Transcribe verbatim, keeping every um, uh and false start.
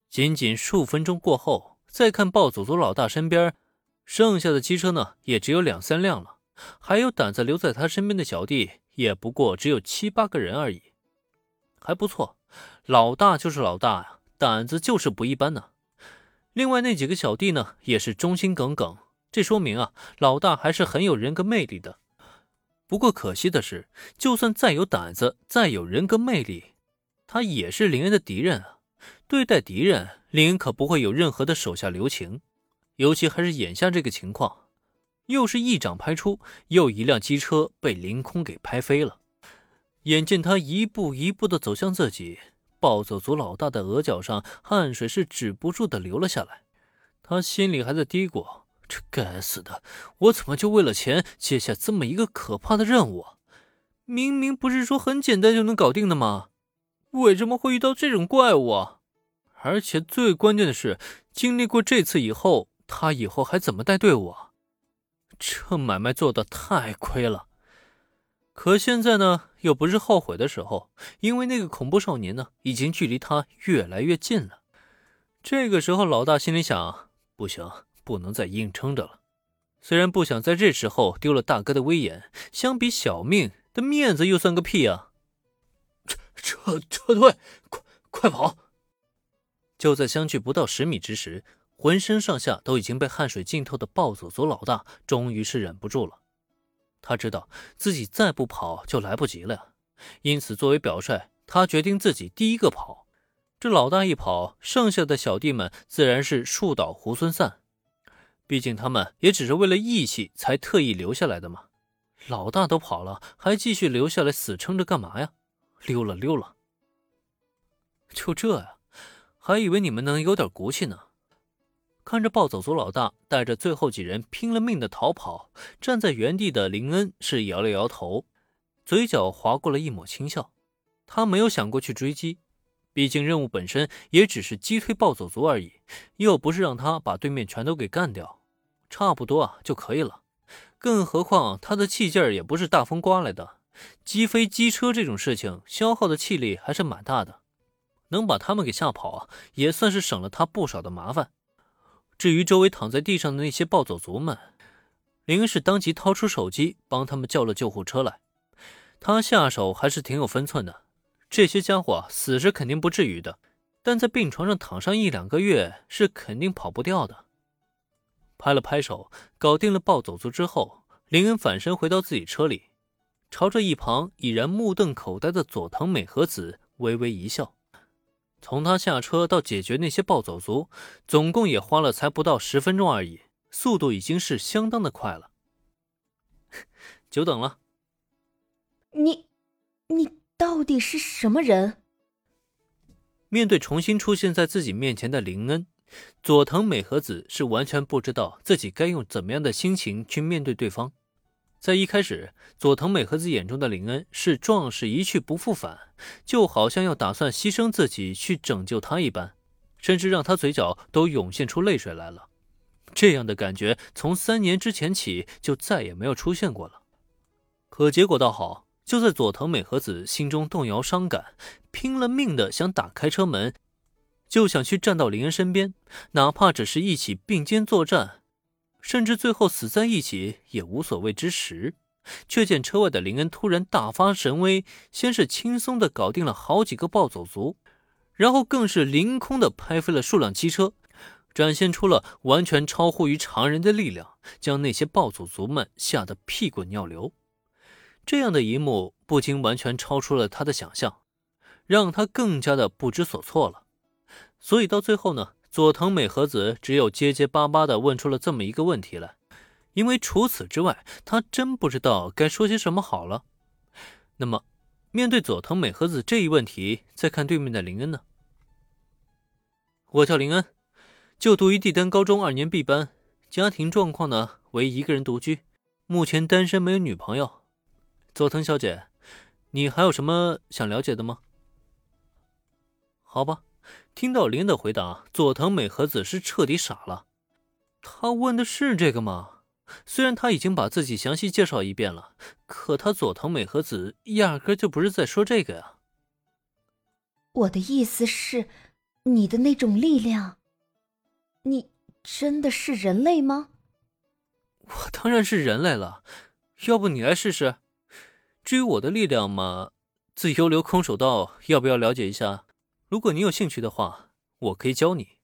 仅仅数分钟过后，再看暴走族老大身边，剩下的机车呢，也只有两三辆了，还有胆子留在他身边的小弟，也不过只有七八个人而已。还不错，老大就是老大呀，胆子就是不一般呢。另外那几个小弟呢，也是忠心耿耿，这说明啊，老大还是很有人格魅力的。不过可惜的是，就算再有胆子，再有人格魅力，他也是林恩的敌人啊。对待敌人，林恩可不会有任何的手下留情，尤其还是眼下这个情况，又是一掌拍出，又一辆机车被凌空给拍飞了。眼见他一步一步地走向自己，暴走族老大的额角上汗水是止不住地流了下来。他心里还在嘀咕，这该死的，我怎么就为了钱接下这么一个可怕的任务啊？明明不是说很简单就能搞定的吗？为什么会遇到这种怪物啊？而且最关键的是，经历过这次以后，他以后还怎么带队伍啊？这买卖做得太亏了。可现在呢，又不是后悔的时候，因为那个恐怖少年呢，已经距离他越来越近了。这个时候，老大心里想，不行，不能再硬撑着了。虽然不想在这时候丢了大哥的威严，相比小命的面子又算个屁啊！ 撤撤撤退，快快跑！ 就在相距不到十米之时，浑身上下都已经被汗水浸透的暴走族老大终于是忍不住了。他知道自己再不跑就来不及了呀，因此作为表率，他决定自己第一个跑。这老大一跑，剩下的小弟们自然是树倒猢狲散，毕竟他们也只是为了义气才特意留下来的嘛。老大都跑了，还继续留下来死撑着干嘛呀？溜了溜了。就这呀，还以为你们能有点骨气呢。看着暴走族老大带着最后几人拼了命的逃跑，站在原地的林恩是摇了摇头，嘴角划过了一抹轻笑。他没有想过去追击，毕竟任务本身也只是击退暴走族而已，又不是让他把对面全都给干掉，差不多啊就可以了。更何况他的气劲儿也不是大风刮来的，击飞机车这种事情消耗的气力还是蛮大的，能把他们给吓跑啊，也算是省了他不少的麻烦。至于周围躺在地上的那些暴走族们，林恩是当即掏出手机帮他们叫了救护车来。他下手还是挺有分寸的，这些家伙死是肯定不至于的，但在病床上躺上一两个月是肯定跑不掉的。拍了拍手，搞定了暴走族之后，林恩反身回到自己车里，朝着一旁已然目瞪口呆的佐藤美和子微微一笑。从他下车到解决那些暴走族，总共也花了才不到十分钟而已，速度已经是相当的快了。久等了。 你，你到底是什么人？ 面对重新出现在自己面前的林恩，佐藤美和子是完全不知道自己该用怎么样的心情去面对对方。在一开始，佐藤美和子眼中的林恩是壮士一去不复返，就好像要打算牺牲自己去拯救他一般，甚至让他嘴角都涌现出泪水来了。这样的感觉从三年之前起就再也没有出现过了。可结果倒好，就在佐藤美和子心中动摇伤感，拼了命的想打开车门，就想去站到林恩身边，哪怕只是一起并肩作战，甚至最后死在一起也无所谓之时，却见车外的林恩突然大发神威，先是轻松地搞定了好几个暴走族，然后更是凌空地拍飞了数辆机车，展现出了完全超乎于常人的力量，将那些暴走族们吓得屁滚尿流。这样的一幕不禁完全超出了他的想象，让他更加的不知所措了。所以到最后呢，佐藤美和子只有结结巴巴地问出了这么一个问题来，因为除此之外，他真不知道该说些什么好了。那么，面对佐藤美和子这一问题，再看对面的林恩呢？我叫林恩，就读于帝丹高中二年 B 班，家庭状况呢为一个人独居，目前单身，没有女朋友。佐藤小姐，你还有什么想了解的吗？好吧。听到林恩的回答，佐藤美和子是彻底傻了。他问的是这个吗？虽然他已经把自己详细介绍一遍了，可他佐藤美和子压根就不是在说这个呀。 我的意思是， 你的那种力量，你真的是人类吗？ 我当然是人类了，要不你来试试？至于我的力量嘛，自由流空手道要不要了解一下？如果你有兴趣的话，我可以教你。